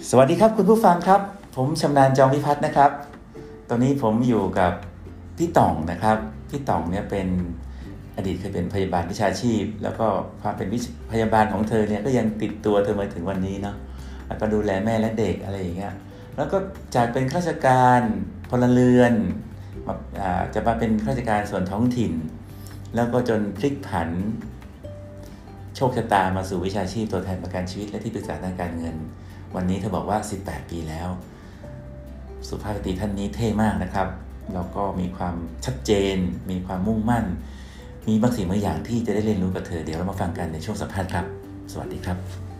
สวัสดีครับคุณผู้ฟังครับผมชำนาญจอมพิพัฒน์นะครับตอนนี้ผมอยู่กับพี่ต่องนะครับพี่ต่องเนี่ยเป็นอดีตเคยเป็นพยาบาลวิชาชีพแล้วก็ความเป็นพยาบาลของเธอเนี่ยก็ยังติดตัวเธอมาถึงวันนี้เนาะแล้วก็ดูแลแม่และเด็กอะไรอย่างเงี้ยแล้วก็จากเป็นข้าราชการพลเรือนจะมาเป็นข้าราชการส่วนท้องถิ่นแล้วก็จนพลิกผันโชคชะตามาสู่วิชาชีพตัวแทนประกันชีวิตและที่ปรึกษาทางการเงินวันนี้เธอบอกว่า18ปีแล้วสุภาพสตรีท่านนี้เท่มากนะครับแล้วก็มีความชัดเจนมีความมุ่งมั่นมีบางสิ่งบางอย่างที่จะได้เรียนรู้กับเธอเดี๋ยวเรามาฟังกันในช่วงสัมภาษณ์ครับสวัสดีครับ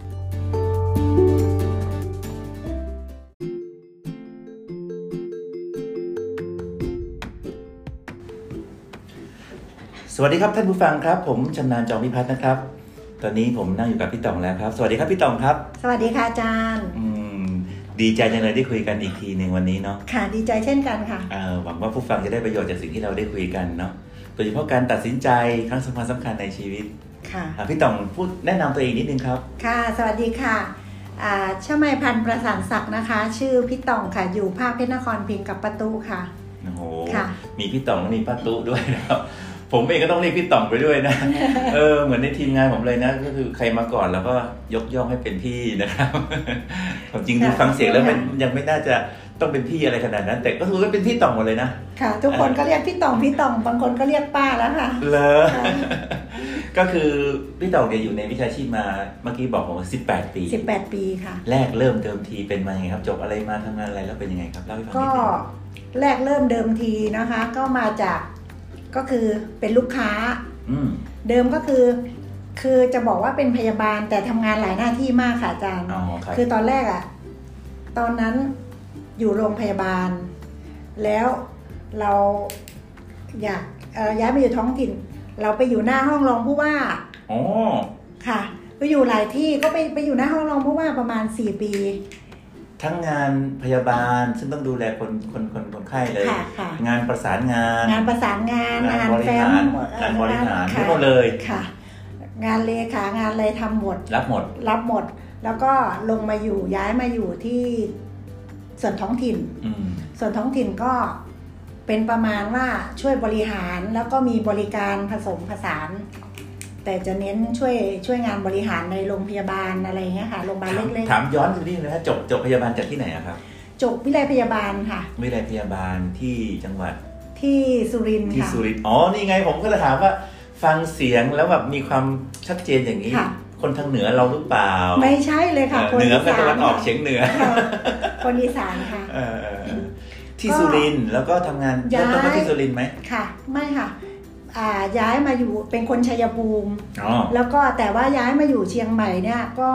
สวัสดีครับท่านผู้ฟังครับผมชำนาญจอมพิพัฒน์นะครับตอนนี้ผมนั่งอยู่กับพี่ต่องแล้วครับสวัสดีครับพี่ต่องครับสวัสดีค่ะอาจารย์ดีใจจังเลยได้คุยกันอีกทีหนึ่งวันนี้เนาะค่ะดีใจเช่นกันค่ะหวังว่าผู้ฟังจะได้ประโยชน์จากสิ่งที่เราได้คุยกันเนาะโดยเฉพาะการตัดสินใจครั้งสำคัญในชีวิตค่ะพี่ต่องพูดแนะนำตัวเองนิดนึงครับค่ะสวัสดีค่ะชมัยพันธ์ประสานศักดิ์นะคะชื่อพี่ต่องค่ะอยู่ภาคเพชรนครพิงค์กับป้าตู้ค่ะโอ้โหมีพี่ต่องและมีป้าตู้ด้วยนะครับผมเองก็ต้องเรียกพี่ต่องไปด้วยนะเหมือนในทีมงานผมเลยนะก็คือใครมาก่อนแล้วก็ยกย่องให้เป็นพี่นะครับจริงดูฟังเสียงแล้วมันยังไม่น่าจะต้องเป็นพี่อะไรขนาดนั้นแต่ก็คือเป็นพี่ต่องหมดเลยนะค่ะทุกคนก็เรียกพี่ต่องพี่ต่องบางคนก็เรียกป้าแล้วค่ะเลยก็คือพี่ต่องเนี่ยอยู่ในวิชาชีพมาเมื่อกี้บอกผมว่า18ปี 18ปีค่ะแรกเริ่มเดิมทีเป็นมาอย่างไรครับจบอะไรมาทำงานอะไรแล้วเป็นยังไงครับเล่าให้ฟังนิดนึงก็แรกเริ่มเดิมทีนะคะก็มาจากก็คือเป็นลูกค้าเดิมก็คือจะบอกว่าเป็นพยาบาลแต่ทำงานหลายหน้าที่มากค่ะอาจารย์คือตอนแรกตอนนั้นอยู่โรงพยาบาลแล้วเราอยากย้ายมาอยู่ท้องถิ่นเราไปอยู่หน้าห้องรองผู้ว่าค่ะไปอยู่หลายที่ก็ไปอยู่หน้าห้องรองผู้ว่าประมาณ4 ปีทั้งงานพยาบาลซึ่งต้องดูแลคนไข้เลยงานประสานงานงานบริหารทั้งหมดเลยค่ะงานเลขางานอะไรทำหมดรับหมดแล้วก็ลงมาอยู่ย้ายมาอยู่ที่ส่วนท้องถิ่นส่วนท้องถิ่นก็เป็นประมาณว่าช่วยบริหารแล้วก็มีบริการผสมผสานแต่จะเน้นช่วยงานบริหารในโรงพยาบาลอะไรเงี้ยค่ะโรงพยาบาลเล็กๆถามย้อนไปนิดนึงนะจบพยาบาลจากที่ไหนครับจบวิทยาลัยพยาบาลค่ะวิทยาลัยพยาบาลที่จังหวัดที่สุรินทร์ค่ะที่สุรินทร์นี่ไงผมก็จะถามว่าฟังเสียงแล้วแบบมีความชัดเจนอย่างนี้คนทางเหนือเราหรือเปล่าไม่ใช่เลยค่ะเหนือเป็นตะวันออกเฉียงเหนือคนอีสานค่ะที่สุรินทร์แล้วก็ทำงานเริ่มต้นที่สุรินทร์ไหมค่ะไม่ค่ะย้ายมาอยู่เป็นคนชัยภูมิแล้วก็แต่ว่าย้ายมาอยู่เชียงใหม่เนี่ยก็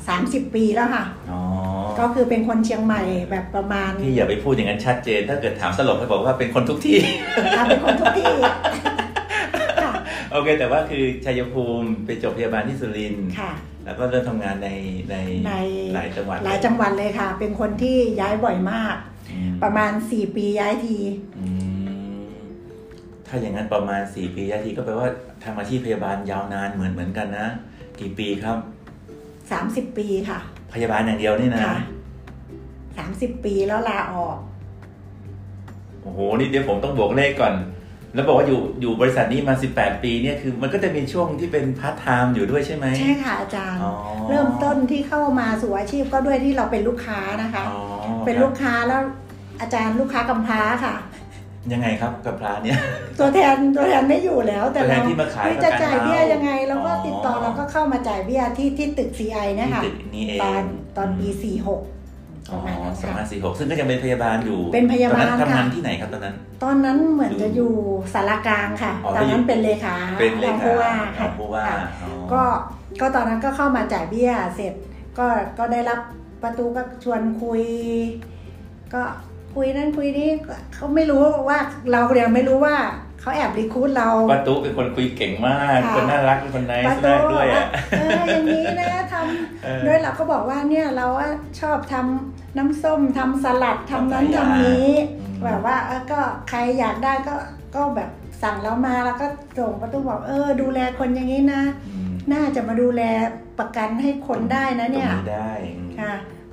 30 ปีแล้วค่ะก็คือเป็นคนเชียงใหม่แบบประมาณพี่อย่าไปพูดอย่างนั้นชัดเจนถ้าเกิดถามสลบให้บอกว่าเป็นคนทุกที่เป็นคนทุกที่โอเคแต่ว่าคือชัยภูมิไปจบพยาบาลที่สุรินทร์แล้วก็เริ่มทำงานในหลายจังหวัดเลยค่ะเป็นคนที่ย้ายบ่อยมากประมาณ4 ปีย้ายทีถ้าอย่างนั้นประมาณ4 ปีย้ายทีก็แปลว่าทำอาชีพพยาบาลยาวนานเหมือนกันนะกี่ปีครับ 30 ปีค่ะพยาบาลอย่างเดียวนี่นะ 30 ปีแล้วลาออกโอ้โหนี่เดี๋ยวผมต้องบวกเลขก่อนแล้วบอกว่าอยู่บริษัทนี้มา18 ปีเนี่ยคือมันก็จะมีช่วงที่เป็นพาร์ทไทม์อยู่ด้วยใช่ไหมใช่ค่ะอาจารย์เริ่มต้นที่เข้ามาสู่อาชีพก็ด้วยที่เราเป็นลูกค้านะคะเป็นลูกค้าแล้วอาจารย์ลูกค้ากำพร้าค่ะยังไงครับกับร้านเนี้ยตัวแทนไม่อยู่แล้วแต่เราจะจ่ายเบี้ยยังไงเราก็ติดต่อเราก็เข้ามาจ่ายเบี้ยที่ตึก CI นะคะตอนปี46 ซึ่งก็ยังเป็นพยาบาลอยู่เป็นพยาบาลค่ะทำงานที่ไหนครับตอนนั้นเหมือนจะอยู่สารกลางค่ะตอนนั้นเป็นเลขาผู้ว่าค่ะก็ตอนนั้นก็เข้ามาจ่ายเบี้ยเสร็จก็ได้รับประตูก็ชวนคุยก็คุยนั่นคุยนี่เขาไม่รู้ว่าเราเรียนไม่รู้ว่าเขาแอบรีคูดเราประตูเป็นคนคุยเก่งมากคนน่ารักเป็นคนไนซ์มากด้วยอย่างนี้นะทำโดยเราก็บอกว่าเนี่ยเราชอบทำน้ำส้มทำสลัดทำนั้นทำนี้แบบว่าก็ใครอยากได้ก็แบบสั่งเรามาแล้วก็ส่งประตูบอกดูแลคนอย่างนี้นะน่าจะมาดูแลประกันให้คนได้นะเนี่ยได้ค่ะ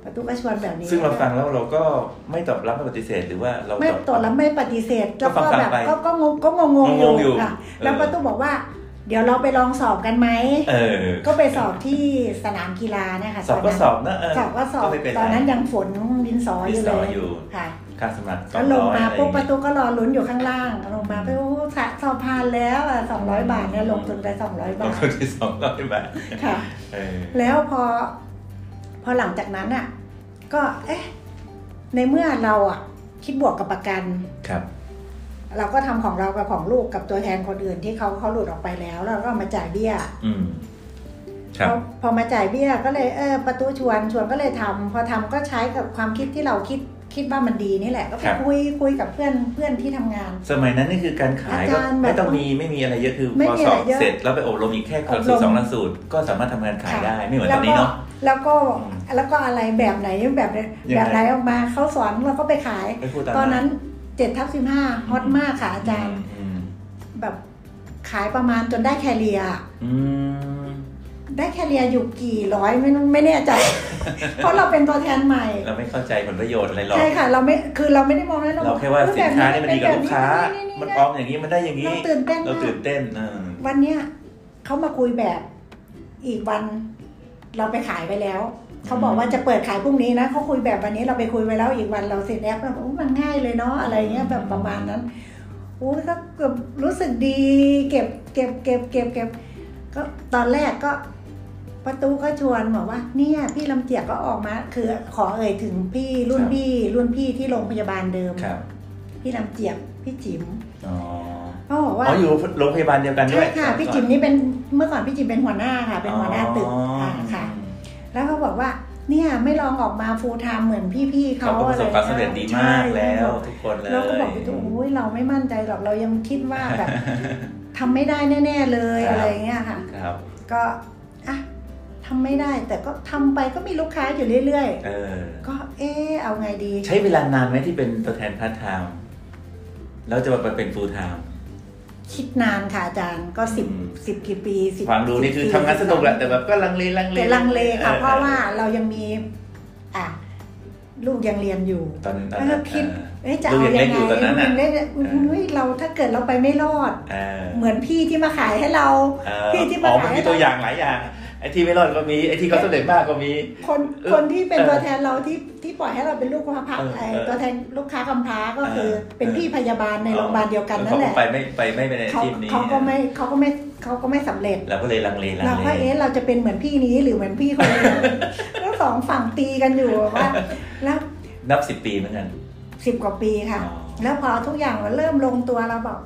ประตูก็ชวนแบบนี้ซึ่งเราฟังแล้วเราก็ไม่ตอบรับไม่ปฏิเสธหรือว่าเราไม่ตอบรับไม่ปฏิเสธแล้วก็แบบก็งงอยู่ค่ะแล้วประตูบอกว่าเดี๋ยวเราไปลองสอบกันไหมก็ไปสอบที่สนามกีฬานะคะสอบก็สอบนะสอบก็สอบตอนนั้นยังฝนดินสออยู่เลยค่ะค่าสมัครก็ลงมาปุ๊บประตูก็รอลุ้นอยู่ข้างล่างลงมาไปสอบผ่านแล้ว200 บาทเนี่ยลงทุนไป200 บาทลงทุนที่200 บาทค่ะแล้วพอหลังจากนั้นอ่ะก็ในเมื่อเราอ่ะคิดบวกกับประกันครับเราก็ทำของเรากับของลูกกับตัวแทนคนอื่นที่เขาหลุดออกไปแล้วเราก็มาจ่ายเบี้ยพอมาจ่ายเบี้ยก็เลยประตูชวนก็เลยทำพอทำก็ใช้กับความคิดที่เราคิดว่ามันดีนี่แหละก็ไปคุยกับเพื่อนที่ทำงานสมัยนั้นนี่คือการขายก็ไม่ต้องไม่มีอะไรเยอะคือพอสอบเสร็จแล้วไปอบรมอีกแค่หลักสูตร2 หลักสูตรก็สามารถทำงานขายได้ไม่เหมือนตอนนี้เนาะแล้วก็อะไรแบบไหนแบบไหนออกมาเขาสอนเราก็ไปขายตอนนั้น7/15ฮอตมากค่ะอาจารย์แบบขายประมาณจนได้แคเรียได้แคเรียอยู่กี่ร้อยไม่แน่ใจ เพราะเราเป็นตัวแทนใหม่เราไม่เข้าใจผลประโยชน์อะไรหรอกใช่ค่ะเราไม่ได้มองให้เราแค่ว่าสินค้านี่มันดีกับลูกค้ามันออมอย่างนี้มันได้อย่างนี้เราตื่นเต้นวันเนี้ยเขามาคุยแบบอีกวันเราไปขายไปแล้วเขาบอกว่าจะเปิดขายพรุ่งนี้นะเขาคุยแบบวันนี้เราไปคุยไปแล้วอีกวันเราเสร็จแอปแล้วมันง่ายเลยเนาะอะไรเงี้ยแบบประมาณนั้นโอ้ก็รู้สึกดีเก็บก็ตอนแรกก็ประตูก็ชวนบอกว่าเนี่ยพี่ลำเจียกก็ออกมาคือขอเอ่ยถึงพี่รุ่นพี่ที่โรงพยาบาลเดิมพี่ลำเจียกพี่จิ๋มเขาบอกว่าอยู่โรงพยาบาลเดียวกันด้วยใช่ค่ะพี่จิ๋มนี่เป็นเมื่อก่อนพี่จิ๋มเป็นหัวหน้าค่ะเป็นหัวหน้าตึกค่ะแล้วเขาบอกว่าเนี่ยไม่ลองออกมาฟูลไทม์เหมือนพี่ๆเขาประสบความสำเร็จดีมากแล้วทุกคนเลยเราก็บอกพี่ตู่โอ้ยเราไม่มั่นใจหรอกเรายังคิดว่าแบบทำไม่ได้แน่ๆเลยอะไรเงี้ยค่ะก็ทำไม่ได้แต่ก็ทำไปก็มีลูกค้าอยู่เรื่อยๆก็เอาไงดีใช้เวลานานไหมที่เป็นตัวแทนพาร์ทไทม์แล้วจะมาเป็นฟูลไทม์คิดนานค่ะอาจารย์ก็10กี่ปีฟังดูนี่คือทำงานสนุกแหละแต่แบบก็ลังเลค่ะเพราะว่าเรายังมีลูกยังเรียนอยู่ตอนแล้วก็คิดจะเอายังไงเราถ้าเกิดเราไปไม่รอดเหมือนพี่ที่มาขายให้เราพี่ที่มาขายมีตัวอย่างหลายอย่างไอ้ที่ไม่รอดก็มีไอ้ที่เขาสำเร็จมากก็มีคนที่เป็นตัวแทนเราที่ปล่อยให้เราเป็นลูกค้าพักตัวแทนลูกค้ากำพร้าก็คือเป็นพี่พยาบาลในโรงพยาบาลเดียวกันนั่นแหละไปไม่ในทีมนี้เขาก็ไม่สำเร็จเราก็เลยลังเลเราก็เราจะเป็นเหมือนพี่นี้หรือเหมือนพี่คนนี้แล้วสองฝั่งตีกันอยู่ว่าแล้วนับ10 ปีเหมือนกัน 10 กว่าปีค่ะแล้วพอทุกอย่างมันเริ่มลงตัวเราบอก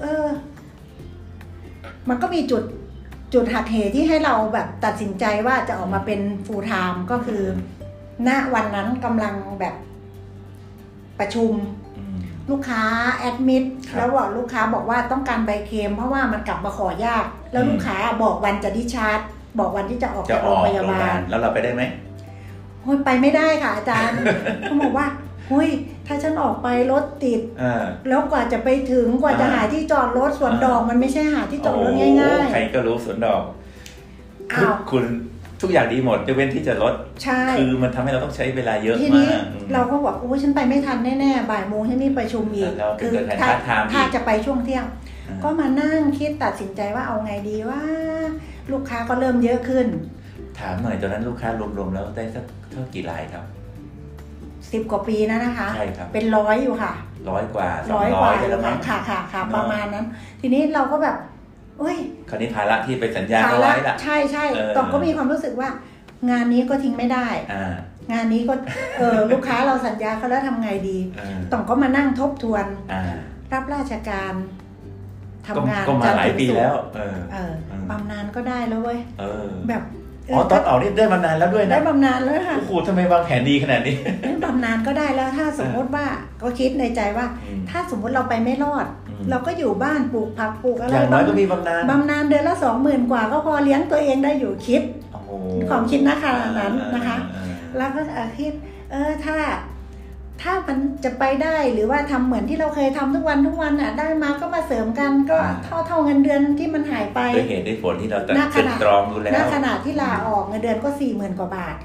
มันก็มีจุดหักเหที่ให้เราแบบตัดสินใจว่าจะออกมาเป็น full time ก็คือณวันนั้นกำลังแบบประชุมลูกค้าแอดมิดแล้วบอกลูกค้าบอกว่าต้องการใบเคลมเพราะว่ามันกลับมาขอยากแล้วลูกค้าบอกวันจะดิชาร์จบอกวันที่จะออกจากโรงพยาบาลแล้วเราไปได้ไหมโอ้ยไปไม่ได้ค่ะอาจารย์เขาบอกว่าเฮ้ยถ้าฉันออกไปรถติดแล้วกว่าจะไปถึงกว่าจะหาที่จอดรถสวนดอกมันไม่ใช่หาที่จอดรถง่ายๆใครก็รู้สวนดอกคุณทุกอย่างดีหมดยกเว้นที่จะรถคือมันทำให้เราต้องใช้เวลาเยอะมากเราก็บอกโอ้ฉันไปไม่ทันแน่ๆบ่ายโมงฉันมีประชุมอีกคือถ้าจะไปช่วงเที่ยงก็มานั่งคิดตัดสินใจว่าเอาไงดีว่าลูกค้าก็เริ่มเยอะขึ้นถามหน่อยตอนนั้นลูกค้ารวมๆแล้วได้สักเท่ากี่รายครับ 10 กว่าปีนะคะใช่ครับเป็น100อยู่ค่ะ 100 กว่าค่ะประมาณนั้นทีนี้เราก็แบบคราวนี้ภาระที่ไปสัญญาเอาไว้ล่ะใช่ต้องก็มีความรู้สึกว่างานนี้ก็ทิ้งไม่ได้งานนี้ก็ลูกค้าเราสัญญาเขาแล้วทำไงดีต้องก็มานั่งทบทวนรับราชการทำงานก็มาหลายปีแล้วบำนาญก็ได้แล้วเว้ยแบบตอนออกนี่ได้บำนาญแล้วด้วยนะได้บำนาญแล้วค่ะโอ้โหทำไมวางแผนดีขนาดนี้ได้บำนาญก็ได้แล้วถ้าสมมติว่าก็คิดในใจว่าถ้าสมมติเราไปไม่รอดเราก็อยู่บ้านปลูกผักปลูกอะไรอย่างน้อยก็มีบำนาญเดือนละ 20,000 กว่าก็พอเลี้ยงตัวเองได้อยู่คิดความคิดนะคะนั้นนะคะแล้วก็คิดถ้ามันจะไปได้หรือว่าทำเหมือนที่เราเคยทำทุกวันอ่ะได้มาก็มาเสริมกันก็เท่าเงินเดือนที่มันหายไปด้วยเหตุด้วยผลที่เราตัดตรองดูแล้วณขณะที่ลาออกเงินเดือนก็ 40,000 กว่าบาทค่ะ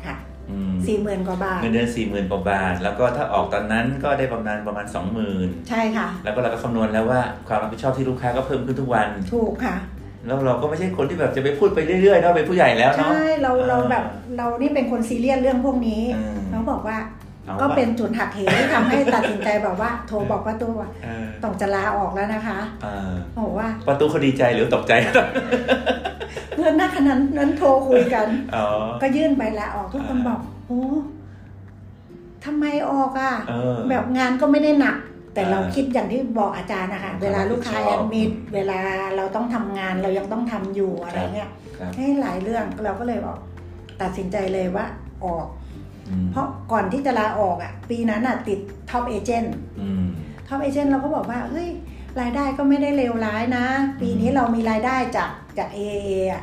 40,000 กว่าบาทเงินเดือน 40,000 กว่าบาทแล้วก็ถ้าออกตอนนั้นก็ได้ประมาณ 20,000 ใช่ค่ะแล้วก็เราก็คำนวณแล้วว่าความรับผิดชอบที่ลูกค้าก็เพิ่มขึ้นทุกวันถูกค่ะแล้วเราก็ไม่ใช่คนที่แบบจะไปพูดไปเรื่อยๆเนาะเป็นผู้ใหญ่แล้วเนาะใช่เราแบบเรานี่เป็นคนซีเรียสเรื่องพวกนี้เขาบอกว่าก็เป็นจุดหักเหที่ทำให้ตัดสินใจแบบว่าโทรบอกประตูว่าต้องจะลาออกแล้วนะคะบอกว่าประตูเขาดีใจหรือตกใจเพื่อนนักขนาดนั้นโทรคุยกันก็ยื่นใบลาออกทุกคนบอกโอ้ทำไมออกอ่ะแบบงานก็ไม่ได้หนักแต่เราคิดอย่างที่บอกอาจารย์นะคะเวลาลูกค้าแอดมิดเวลาเราต้องทำงานเรายังต้องทำอยู่อะไรเงี้ยให้หลายเรื่องเราก็เลยบอกตัดสินใจเลยว่าออกเพราะก่อนที่จะลาออกอ่ะปีนั้นอ่ะติดท็อปเอเจนต์เราก็บอกว่าเฮ้ยรายได้ก็ไม่ได้เลวร้ายนะปีนี้เรามีรายได้จาก AAA อ่ะ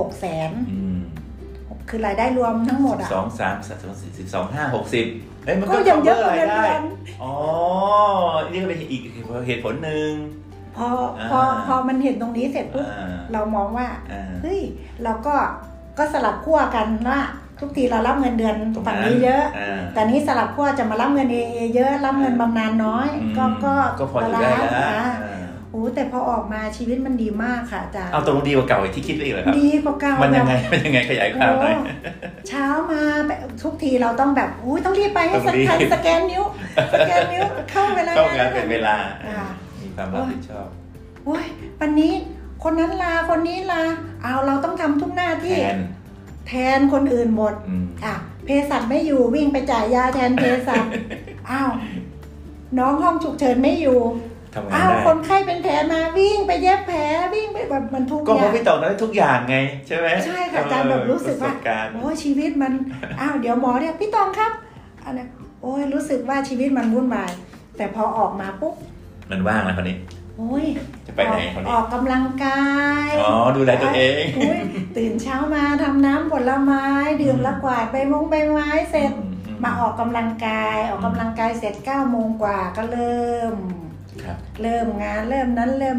600,000คือรายได้รวมทั้งหมดอ่ะ 2 3 4 12 5 60มันก็ยังเยอะกว่าเงินเดือนอ๋อนี่ก็เป็นอีกเหตุผลหนึ่งพอมันเห็นตรงนี้เสร็จปุ๊บเรามองว่าเฮ้ยเราก็สลับขั้วกันว่าทุกทีเรารับเงินเดือนฝั่งนี้เยอะแต่นี้สลับขั้วจะมารับเงินเอเยอะรับเงินบำนาญน้อยก็พออยู่ได้แล้วโอ้แต่พอออกมาชีวิตมันดีมากค่ะอาจารย์เอาตรงดีกว่าเก่าที่คิดไปอีกเลยครับดีกว่าเก่ามันยังไงขยายความหน่อยเช้ามาทุกทีเราต้องแบบต้องรีบไปให้สแกนนิ้วเข้าเวลางานเป็นเวลามีความรับผิดชอบโอ้ยวันนี้คนนั้นลาคนนี้ลาเราต้องทำทุกหน้าที่แทนคนอื่นหมดเภสัชไม่อยู่วิ่งไปจ่ายยาแทนเภสัชน้องห้องฉุกเฉินไม่อยู่คนไข้เป็นแผลมาวิ่งไปเย็บแผลวิ่งไปแบบมันทุกอย่างก็เพราะพี่ต่อนั้นทุกอย่างไงใช่ไหมใช่ค่ะอาจารย์แบบรู้สึกว่าโอ้ชีวิตมันเดี๋ยวหมอเนี่ยพี่ตองครับอันนี้โอ้ยรู้สึกว่าชีวิตมันวุ่นวายแต่พอออกมาปุ๊บมันว่างแล้วคนนี้โอ้ยจะไปไหนคนนี้ออกกำลังกายดูแลตัวเองตื่นเช้ามาทำน้ำผลไม้ดื่มละกวาดใบไม้เสร็จมาออกกำลังกายเสร็จ9 โมงกว่าก็เริ่มงานเริ่ม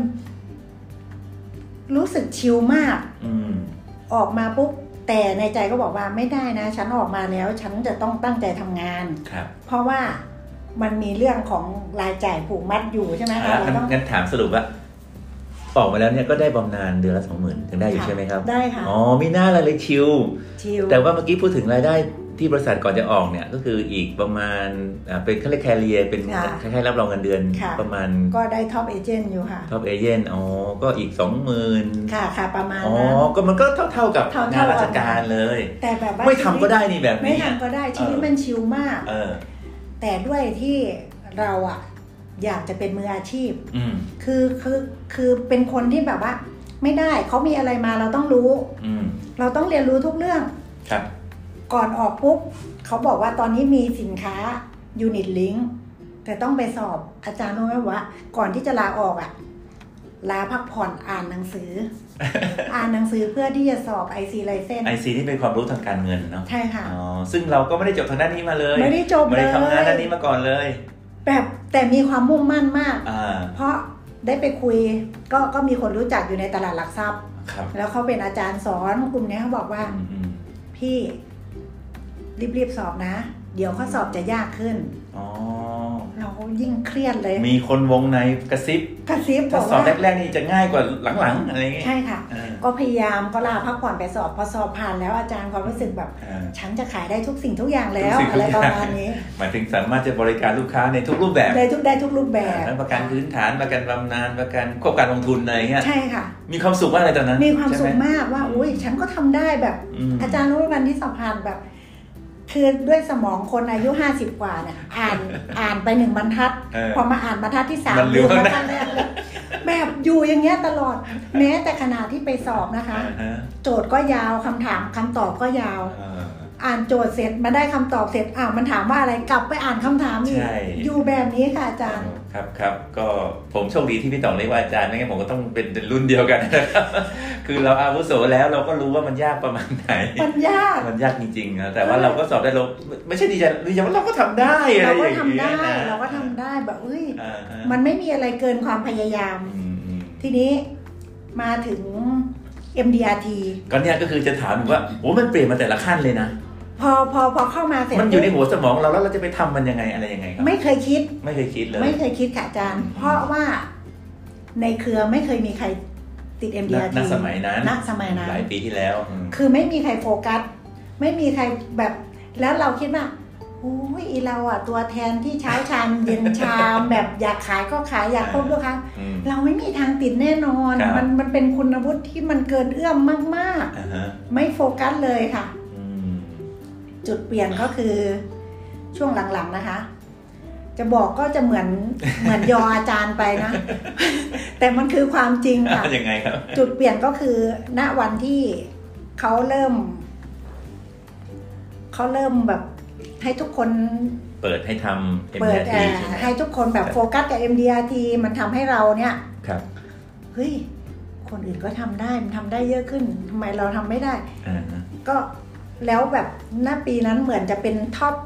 รู้สึกชิลมากออกมาปุ๊บแต่ในใจก็บอกว่าไม่ได้นะฉันออกมาแล้วฉันจะต้องตั้งใจทำงานเพราะว่ามันมีเรื่องของรายจ่ายผูกมัดอยู่ใช่ไหมคะเราต้องงั้นถามสรุปว่าออกมาแล้วเนี่ยก็ได้บำนาญเดือนละ 20,000 ถึงได้อยู่ใช่ไหมครับได้ค่ะมีหน้าเลยชิลแต่ว่าเมื่อกี้พูดถึงรายได้ที่บริษัทก่อนจะออกเนี่ยก็คืออีกประมาณเป็นเขาเรียกแคเรียเป็นคล้ายๆรับรองเงินเดือนประมาณก็ได้ท็อปเอเจนต์อยู่ค่ะท็อปเอเจนต์ก็อีก 20,000 ค่ะประมาณนั้นก็มันก็เท่ากับงานราชการเลยแต่แบบไม่ทำก็ได้นี่แบบนี้ไม่ทำก็ได้ชีวิตมันชิลมากแต่ด้วยที่เราอยากจะเป็นมืออาชีพคือเป็นคนที่แบบว่าไม่ได้เขามีอะไรมาเราต้องรู้เราต้องเรียนรู้ทุกเรื่องครับก่อนออกปุ๊บเขาบอกว่าตอนนี้มีสินค้า Unit Link แต่ต้องไปสอบอาจารย์รู้ไหมว่าก่อนที่จะลาออกลาพักผ่อนอ่านหนังสือ เพื่อที่จะสอบ IC License IC นี่เป็นความรู้ทางการเงินเนาะใช่ค่ะซึ่งเราก็ไม่ได้จบทางด้านนี้มาเลยไม่ได้จบเลยไม่ได้ทำงานด้านนี้มาก่อนเลยแบบแต่มีความมุ่งมั่นมากเพราะได้ไปคุยก็มีคนรู้จักอยู่ในตลาดหลักทรัพย์แล้วเขาเป็นอาจารย์สอนกลุ่มนี้เขาบอกว่าพี่รีบสอบนะเดี๋ยวข้อสอบจะยากขึ้นเรายิ่งเครียดเลยมีคนวงในกระซิบบอกว่าสอบแรกๆนี่จะง่ายกว่าหลังๆอะไรอย่างเงี้ยใช่ค่ะก็พยายามก็ลาพักผ่อนไปสอบพอสอบผ่านแล้วอาจารย์ความรู้สึกแบบฉันจะขายได้ทุกสิ่งทุกอย่างแล้วอะไรประมาณนี้หมายถึงสามารถจะบริการลูกค้าในทุกรูปแบบได้ทุกรูปแบบประกันพื้นฐานประกันบำนาญประกันควบการลงทุนอะไรเงี้ยใช่ค่ะมีความสุขมากเลยตอนนั้นมีความสุขมากว่าอุ้ยฉันก็ทำได้แบบอาจารย์รู้วันที่สอบผ่านแบบคือด้วยสมองคนอายุ50กว่าเนี่ยอ่านไป1 บรรทัดพอมาอ่านบรรทัดที่3 ลืมบรรทัดแรกแบบอยู่อย่างเงี้ยตลอดแม้แต่ขณะที่ไปสอบนะคะโจทย์ก็ยาวคำถามคำตอบก็ยาวอ่านโจทย์เสร็จมาได้คำตอบเสร็จมันถามว่าอะไรกลับไปอ่านคำถามอีกอยู่แบบนี้ค่ะอาจารย์ครับก็ผมโชคดีที่พี่ต่องเรียกว่าอาจารย์ไม่งั้นผมก็ต้องเป็นรุ่นเดียวกันนะครับคือเราอาวุโสแล้วเราก็รู้ว่ามันยากประมาณไหนมันยากจริงๆนะแต่ว่าเราก็สอบได้เราไม่ใช่ดีใจว่าเราก็ทำได้เราก็ทำได้แบบมันไม่มีอะไรเกินความพยายามทีนี้มาถึง MDRT ก็เนี่ยก็คือจะถามว่าโอ้มันเปลี่ยนมาแต่ละขั้นเลยนะพอเข้ามาเสร็จมันอยู่ในหัวสมองเราแล้วเราจะไปทำมันยังไงอะไรยังไงครับไม่เคยคิดเลยไม่เคยคิดค่ะอาจารย์เพราะว่าในเครือไม่เคยมีใครติด MDRT ณสมัยนั้นหลายปีที่แล้วคือไม่มีใครโฟกัสไม่มีใครแบบแล้วเราคิดว่าโอ้ยเราอ่ะตัวแทนที่เช้าชามเย็นชามแบบอยากขายก็ขายอยากพบลูกค้าเราไม่มีทางติดแน่นอนมันเป็นคุณวุฒิที่มันเกินเอื้อมมากๆไม่โฟกัสเลยค่ะจุดเปลี่ยนก็คือช่วงหลังๆนะคะจะบอกก็จะเหมือนยออาจารย์ไปนะ แต่มันคือความจริงค่ะยังไงครับจุดเปลี่ยนก็คือณวันที่เขาเริ่มแบบให้ทุกคนเปิดให้ทำ MDRT ให้ทุกคนแบบโฟกัสกับ MDRT มันทำให้เราเนี่ยเฮ้ยคนอื่นก็ทำได้มันทำได้เยอะขึ้นทำไมเราทำไม่ได้ก็แล้วแบบณปีนั้นเหมือนจะเป็นท็อป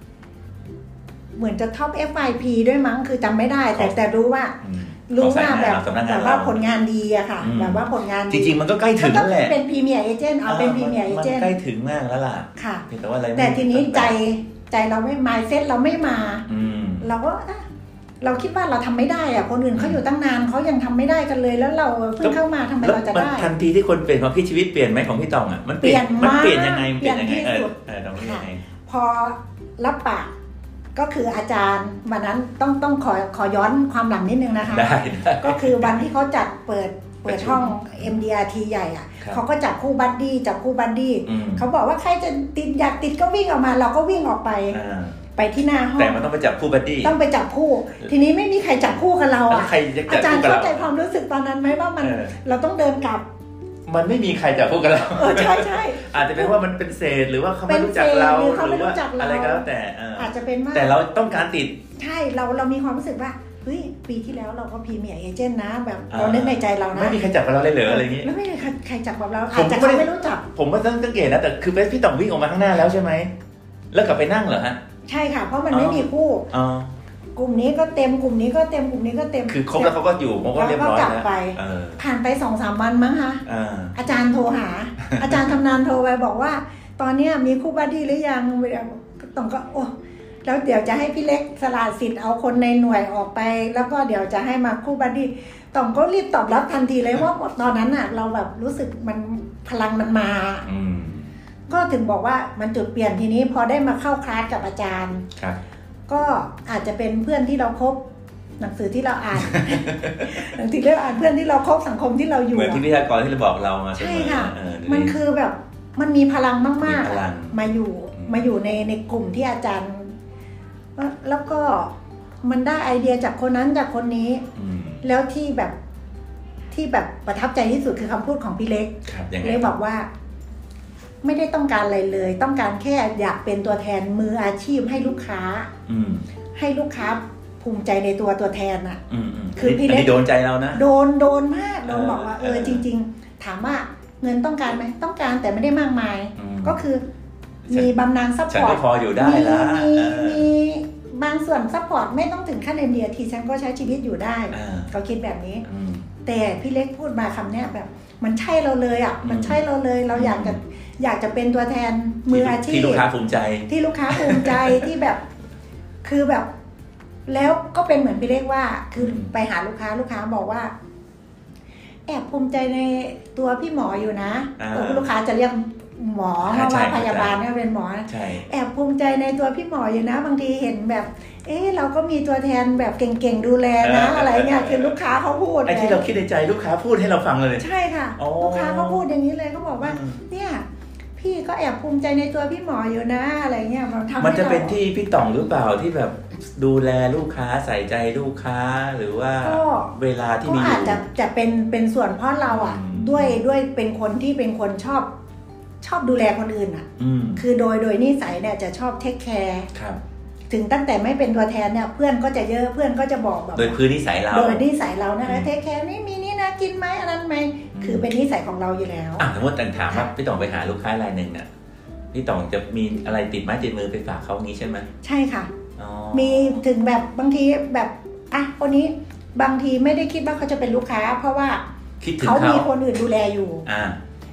FYP ด้วยมั้งคือจำไม่ได้แต่รู้ว่าแบบว่าผลงานดีอะค่ะแบบว่าผลงานจริงๆมันก็ใกล้ถึงแล้วแหละเป็นพรีเมียร์เอเจนต์เอาเป็นพรีเมียร์เอเจนต์ใกล้ถึงมากแล้วล่ะค่ะแต่ทีนี้ใจเราไม่มายเซ็ตเราไม่มาเราก็เราคิดว่าเราทำไม่ได้อะคนอื่นเขาอยู่ตั้งนานเขายังทำไม่ได้กันเลยแล้วเราเพิ่งเข้ามาทำไมเราจะได้ทันทีที่คนเปลี่ยนความคิดชีวิตเปลี่ยนไหมของพี่ตองอะมันเปลี่ยนยังไงพอรับปากก็คืออาจารย์วันนั้นต้องขอย้อนความหลังนิดนึงนะคะก็คือวันที่เขาจัดเปิดห้อง MDRT ใหญ่อ่ะเขาก็จับคู่บัดดี้เขาบอกว่าใครจะอยากติดก็วิ่งออกมาเราก็วิ่งออกไปที่หน้าห้องแต่มันต้องไปจับคู่บัดดี้ต้องไปจับคู่ทีนี้ไม่มีใครจับคู่กับเราอ่ะอาจารย์เข้าใจความรู้สึกตอนนั้นไหมว่ามันเราต้องเดินกลับมันไม่มีใครจับคู่กันเราใช่อาจจะเป็นว่ามันเป็นเศษหรือว่าเขาไม่รู้จักเราหรือว่าอะไรก็แล้วแต่อาจจะเป็นว่าแต่เราต้องการติดใช่เรามีความรู้สึกว่าเฮ้ยปีที่แล้วเราก็พรีเมียร์เอเจนต์นะแบบเราเล่นในใจเรานะไม่มีใครจับกับเราเลยเหรออะไรอย่างงี้ไม่มีใครจับกับเราอาจจะเขาไม่รู้จักผมก็สังเกตนะแต่คือพี่ต้องวิ่งออกมาข้างหน้าแล้วใช่ไหมแล้วกลับไปนั่งเหรอฮะใช่ค่ะเพราะมันไม่มีคู่กลุ่มนี้ก็เต็มกลุ่มนี้ก็เต็มกลุ่มนี้ก็เต็มคือครบแล้วเขาก็อยู่มันก็เรียบร้อยแล้วผ่านไป 2-3 วันมั้งคะอาจารย์โทรหาอาจารย์ทำนานโทรไปบอกว่าตอนนี้มีคู่บัดดี้หรือยังต้องก็โอ้แล้วเดี๋ยวจะให้พี่เล็กสละสิทธิ์เอาคนในหน่วยออกไปแล้วก็เดี๋ยวจะให้มาคู่บัดดี้ต้องก็รีบตอบรับทันทีเลยว่าตอนนั้นน่ะเราแบบรู้สึกมันพลังมันมาก็ถึงบอกว่ามันจุดเปลี่ยนทีนี้พอได้มาเข้าคลาสกับอาจารย์ก็อาจจะเป็นเพื่อนที่เราคบหนังสือที่เราอ่านหนังสือที่เราอ่านเพื่อนที่เราคบสังคมที่เราอยู่เหมือนที่วิทยากรที่เราบอกเรามาใช่ค่ะมันคือแบบมันมีพลังมากๆมาอยู่ในกลุ่มที่อาจารย์แล้วก็มันได้ไอเดียจากคนนั้นจากคนนี้แล้วที่แบบประทับใจที่สุดคือคำพูดของพี่เล็กเล็กบอกว่าไม่ได้ต้องการอะไรเลยต้องการแค่อยากเป็นตัวแทนมืออาชีพให้ลูกค้าให้ลูกค้าภูมิใจในตัวแทนอ่ะคือพี่เล็กโดนใจเรานะโดนมากโดนบอกว่าจริงๆถามว่าเงินต้องการไหมต้องการแต่ไม่ได้มากมายก็คือมีบำนาญซัพพอร์ตพออยู่ได้แล้วมีบางส่วนซัพพอร์ตไม่ต้องถึงขั้น MDRT ฉันก็ใช้ชีวิตอยู่ได้เขาคิดแบบนี้แต่พี่เล็กพูดมาคำเนี้ยแบบมันใช่เราเลยอ่ะมันใช่เราเลยเราอยากจะเป็นตัวแทนมืออาชีพที่ลูกค้าภูมิใจที่แบบคือแบบแล้วก็เป็นเหมือนพี่เล็กว่าคือไปหาลูกค้าบอกว่าแอบภูมิใจในตัวพี่หมออยู่นะลูกค้าจะเรียกหมอเพราะว่าพยาบาลเนี่ยเป็นหมอแอบภูมิใจในตัวพี่หมออยู่นะบางทีเห็นแบบเราก็มีตัวแทนแบบเก่งๆดูแลนะอะไรเงี้ยคือลูกค้าเขาพูดไอ้ที่เราคิดในใจลูกค้าพูดให้เราฟังเลยใช่ค่ะลูกค้าเขาพูดอย่างนี้เลยเขาบอกว่าเนี่ยพี่ก็แอบภูมิใจในตัวพี่หมออยู่นะอะไรเงี้ยมันจะเป็นที่พี่ต่องหรือเปล่าที่แบบดูแลลูกค้าใส่ใจลูกค้าหรือว่าเวลาที่มีอาจจะเป็นส่วนเพราะเราอ่ะด้วยเป็นคนที่เป็นคนชอบดูแลคนอื่นอ่ะคือโดยนิสัยเนี่ยจะชอบเทคแคร์ถึงตั้งแต่ไม่เป็นตัวแทนเนี่ยเพื่อนก็จะเยอะเพื่อนก็จะบอกแบบโดยพื้นนิสัยเรานะเทคแคร์นี่มีนี่นะกินไหมอันนั้นไหมคือเป็นนิสัยของเราอยู่แล้วสมมติถามว่าพี่ต่องไปหาลูกค้ารายหนึ่งเนี่ยพี่ต่องจะมีอะไรติดไม้ติดมือไปฝากเขางี้ใช่ไหมใช่ค่ะมีถึงแบบบางทีแบบคนนี้บางทีไม่ได้คิดว่าเขาจะเป็นลูกค้าเพราะว่าเขามีคนอื่นดูแลอยู่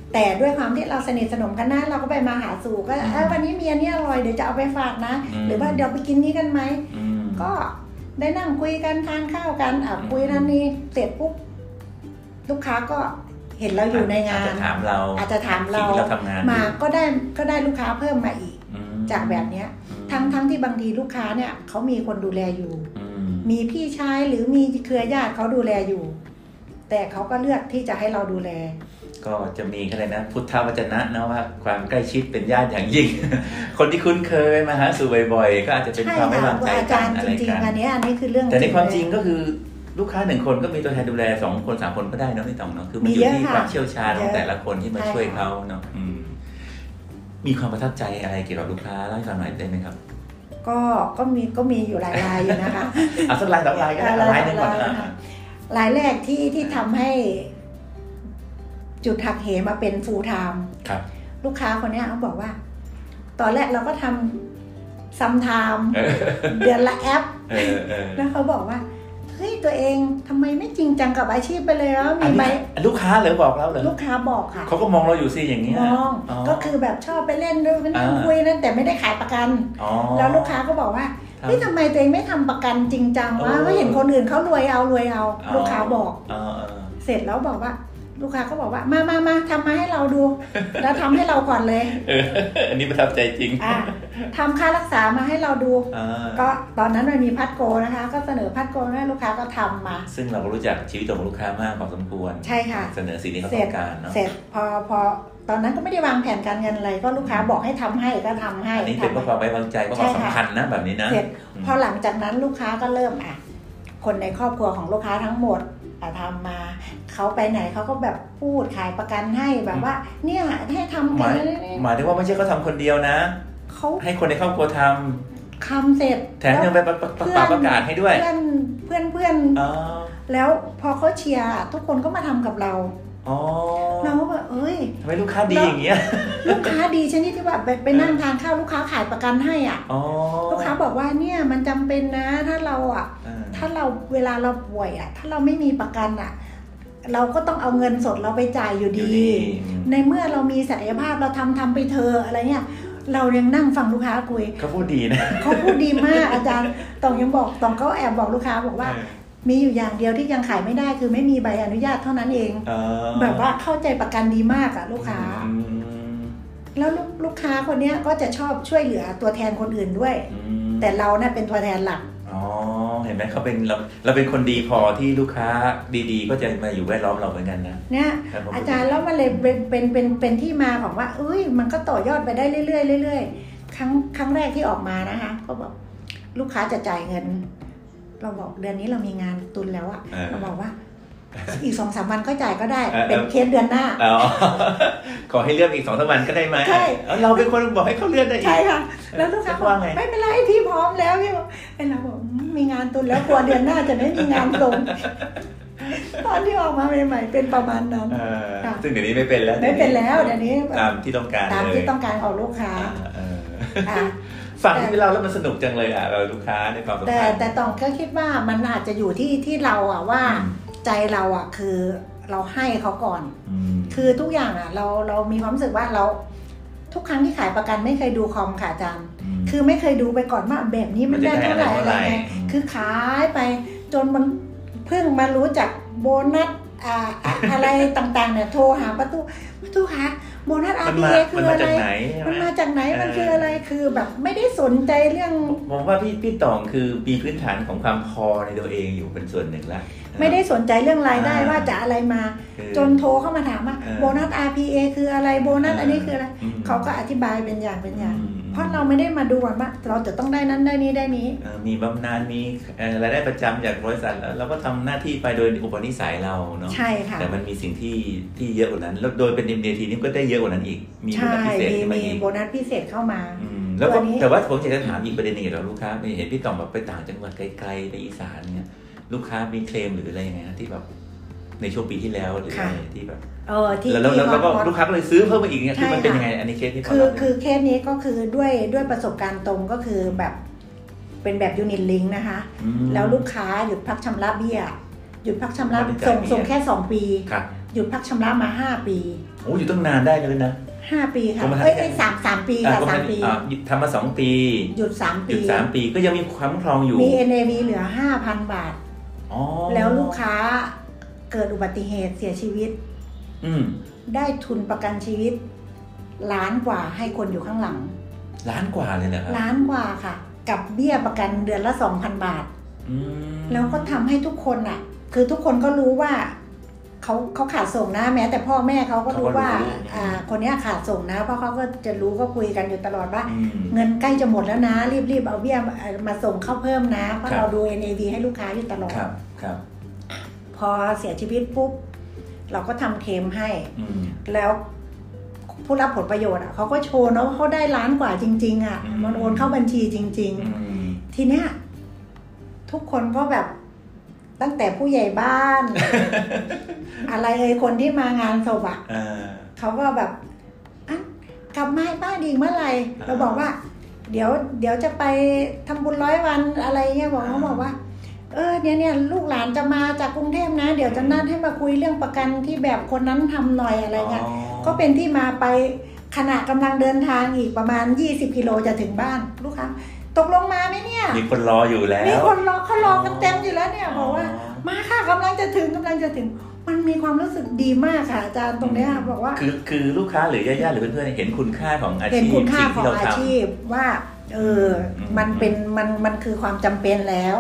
แต่ด้วยความที่เราสนิทสนมกันนะเราก็ไปมาหาสู่ก็วันนี้มีอันนี้อร่อยเดี๋ยวจะเอาไปฝากนะหรือว่าเดี๋ยวไปกินนี้กันไหมก็ได้นั่งคุยกันทานข้าวกันคุยนั่นนี่เสร็จปุ๊บลูกค้าก็เห็นเราอยู่ในงานอาจจะถามเรามาก็ได้ลูกค้าเพิ่มมาอีกจากแบบนี้ทั้งที่บางทีลูกค้าเนี่ยเขามีคนดูแลอยู่มีพี่ชายหรือมีเครือญาติเขาดูแลอยู่แต่เขาก็เลือกที่จะให้เราดูแลก็จะมีอะไรนะพุทธวจนะนะว่าความใกล้ชิดเป็นญาติอย่างยิ่ง คนที่คุ้นเคยมาหาสู่บ่อยๆก็อาจจะเป็นความไม่วางใจกันอะไรกันอันนี้คือเรื่องแต่ในความจริงก็คือลูกค้า1คนก็มีตัวแทนดูแล2คน3คนก็ได้เนาะไม่ต้องเนาะคือมันอยู่ที่ความเชี่ยวชาญของแต่ละคนที่มาช่วยเขาเนาะมีความประทับใจอะไรเกี่ยวกับลูกค้าเล่าให้ฟังหน่อยได้ไหมครับก็มีอยู่หลายรายอยู่นะคะสักราย2รายก็ได้รายนึงก่อนรายแรกที่ทำให้จุดหักเหมาเป็น full time ลูกค้าคนนี้เขาบอกว่าตอนแรกเราก็ทำซัมไทม์เดือนละแอปแล้วเขาบอกว่าเฮ้ยตัวเองทำไมไม่จริงจังกับอาชีพไปเลยแล้วมีไหมลูกค้าเลยบอกแล้วเลยลูกค้าบอกค่ะเขาก็มองเราอยู่สิอย่างนี้มองก็คือแบบชอบไปเล่นด้วยนั่งคุยนั่นแต่ไม่ได้ขายประกันแล้วลูกค้าก็บอกว่าเฮ้ยทำไมตัวเองไม่ทำประกันจริงจังวะก็เห็นคนอื่นเขารวยเอาลูกค้าบอกเสร็จแล้วบอกว่าลูกค้าก็บอกว่ามาทำมาให้เราดูแล้วทำให้เราก่อนเลยอันนี้ประทับใจจริงทำค่ารักษามาให้เราดูก็ตอนนั้นมันมีพัดโกนะคะก็เสนอพัดโกให้ลูกค้าก็ทำมาซึ่งเราก็รู้จักชีวิตของลูกค้ามากพอสมควรใช่ค่ะเสนอสิ่งที่เขาต้องการเนาะเสร็จพอตอนนั้นก็ไม่ได้วางแผนการเงินอะไรก็ลูกค้าบอกให้ทำให้ก็ทำให้อันนี้เป็นเพราะความไว้วางใจเพราะความสำคัญนะแบบนี้นะเสร็จพอหลังจากนั้นลูกค้าก็เริ่มคนในครอบครัวของลูกค้าทั้งหมดทำมาเขาไปไหนเขาก็แบบพูดขายประกันให้แบบว่าเนี่ยให้ทำหมายถึงว่าไม่ใช่เขาทำคนเดียวนะเขาให้คนในครอบครัวทำเสร็จแถมยังไปประกาศให้ด้วยเพื่อนแล้วพอเขาเชียร์ทุกคนก็มาทำกับเราเราก็แบบทำไมลูกค้าดีอย่างเงี้ยลูกค้าดีชนิดที่แบบไปนั่งทานข้าวลูกค้าขายประกันให้ลูกค้าบอกว่าเนี่ยมันจำเป็นนะถ้าเราเวลาเราป่วยถ้าเราไม่มีประกันเราก็ต้องเอาเงินสดเราไปจ่ายอยู่ดีในเมื่อเรามีศักยภาพเราทำไปเธออะไรเงี้ยเรายังนั่งฟังลูกค้าคุยเขาพูดดีนะเขาพูดดีมากอาจารย์ต้องยังบอกต้องเขาแอบบอกลูกค้าบอกว่ามีอยู่อย่างเดียวที่ยังขายไม่ได้คือไม่มีใบอนุญาตเท่านั้นเองแบบว่าเข้าใจประกันดีมากลูกค้าแล้วลูกค้าคนนี้ก็จะชอบช่วยเหลือตัวแทนคนอื่นด้วยแต่เราเนี่ยเป็นตัวแทนหลักเห็นไหมเขาเป็นเราเป็นคนดีพอที่ลูกค้าดีๆก็จะมาอยู่แวดล้อมเราเหมือนกันนะเนี่ยอาจารย์แล้วมันเลยเป็นที่มาของว่ามันก็ต่อยอดไปได้เรื่อยๆครั้งแรกที่ออกมานะคะก็บอกลูกค้าจะจ่ายเงินเราบอกเดือนนี้เรามีงานตุนแล้วเราบอกว่าอีก 2-3 วันก็จ่ายก็ได้เป็นเคสเดือนหน้าขอให้เลื่อนอีก 2-3 วันก็ได้ไหมใช่เราเป็นคนบอกให้เขาเลื่อนได้อีกใช่ค่ะแล้วลูกค้าบอกไม่เป็นไรพี่พร้อมแล้วพี่เราบอกมีงานตุนแล้วกลัวเดือนหน้าจะไม่มีงานลงตอนที่ออกมาใหม่ๆเป็นประมาณนั้นซึ่งเดี๋ยวนี้ไม่เป็นแล้วเดี๋ยวนี้ตามที่ต้องการของลูกค้าฟังที่เราแล้วมันสนุกจังเลยเราลูกค้าในความสัมพันธ์แต่ต้องก็คิดว่ามันอาจจะอยู่ที่เราว่าใจเราคือเราให้เขาก่อนคือทุกอย่างเรามีความรู้สึกว่าเราทุกครั้งที่ขายประกันไม่เคยดูคอมค่ะอาจารย์คือไม่เคยดูไปก่อนว่าแบบนี้มันได้เท่าไหร่อะไรไงคือขายไปจนมันเพิ่งมารู้จักโบนัสอะไรต่างๆเนี่ยโทรหาประตูคะโบนัส RPA คืออะไรมันมาจากไหนมันคืออะไรคือแบบไม่ได้สนใจเรื่องผมว่าพี่ตองคือมีพื้นฐานของความพอในตัวเองอยู่เป็นส่วนหนึ่งแล้วไม่ได้สนใจเรื่องรายได้ว่าจะอะไรมาจนโทรเข้ามาถามว่าโบนัส RPA คืออะไรโบนัสอันนี้คืออะไรเขาก็อธิบายเป็นอย่างเพราะเราไม่ได้มาดูว่าเราจะต้องได้นั้นได้นี้ได้นี้มีบำนาญมีรายได้ประจำจากบริษัทแล้วเราก็ทำหน้าที่ไปโดยอุปนิสัยเราเนาะใช่ค่ะแต่มันมีสิ่งที่เยอะกว่านั้นแล้วโดยเป็น MDT นี่ก็ได้เยอะกว่านั้นอีกมีโบนัสพิเศษมีโบนัสพิเศษเข้ามาแล้วก็แต่ว่าผมอยากจะถามอีกประเด็นนึงเกี่ยวกับลูกค้าเห็นพี่ต่อมแบบไปต่างจังหวัดไกลๆไปอีสานเนี่ยลูกค้ามีเคลมหรืออะไรยังไงที่แบบในช่วงปีที่แล้วหรืออะไรที่แบบแล้วก็ลูกค้าก็เลยซื้อเพิ่มมาอีกเนี่ยคือมันเป็นยังไงอันนี้เคสที่คือเคสนี้ก็คือด้วยประสบการณ์ตรงก็คือแบบเป็นแบบยูนิตลิงก์นะคะแล้วลูกค้าหยุดพักชำระเบี้ยหยุดพักชำระส่งแค่2 ปีหยุดพักชำระมา5 ปีโอ้อยู่ตั้งนานได้เลยนะ 5 ปีค่ะ3 ปีค่ะ3 ปีทำมา2 ปีหยุด3 ปี 3 ปีก็ยังมีความคุ้มครองอยู่มี NAV เหลือ 5,000 บาทแล้วลูกค้าเกิดอุบัติเหตุเสียชีวิตได้ทุนประกันชีวิตล้านกว่าให้คนอยู่ข้างหลังล้านกว่าเลยเหรอครับล้านกว่าค่ะกับเบี้ยประกันเดือนละ 2,000 บาทแล้วก็ทำให้ทุกคนอ่ะคือทุกคนก็รู้ว่าเขาขาดส่งนะแม้แต่พ่อแม่เขาก็รู้ว่าคนนี้ขาดส่งนะเพราะเขาก็จะรู้ก็คุยกันอยู่ตลอดว่าเงินใกล้จะหมดแล้วนะรีบเอาเบี้ยมาส่งเข้าเพิ่มนะเพราะเราดู NAV ให้ลูกค้าอยู่ตลอดครับพอเสียชีวิตปุ๊บเราก็ทำเคลมให้แล้วผู้รับผลประโยชน์เขาก็โชว์นะว่าเขาได้ล้านกว่าจริงๆมันโอนเข้าบัญชีจริงๆทีเนี้ยทุกคนก็แบบตั้งแต่ผู้ใหญ่บ้าน อะไรคนที่มางานศพเขาก็แบบกลับมาให้ป้าดีเมื่อไหร่เราบอกว่าเดี๋ยวจะไปทำบุญ100 วันอะไรเงี้ยเขาบอกว่าเนี่ยลูกหลานจะมาจากกรุงเทพนะเดี๋ยวจะนัดให้มาคุยเรื่องประกันที่แบบคนนั้นทำหน่อยอะไรเงี้ยก็เป็นที่มาไปขณะกำลังเดินทางอีกประมาณ20 กิโลจะถึงบ้านลูกค้าตกลงมาไหมเนี่ยมีคนรออยู่แล้วมีคนรอเขารอกันเต็มอยู่แล้วเนี่ยบอกว่ามาค่ะกำลังจะถึงมันมีความรู้สึกดีมากค่ะอาจารย์ตรงนี้บอกว่าคือลูกค้าหรือญาติๆหรือเพื่อนๆเห็นคุณค่าของอาชีพเห็นคุณค่าของอาชีพว่ามันเป็นมันคือความจำเป็นแล้ว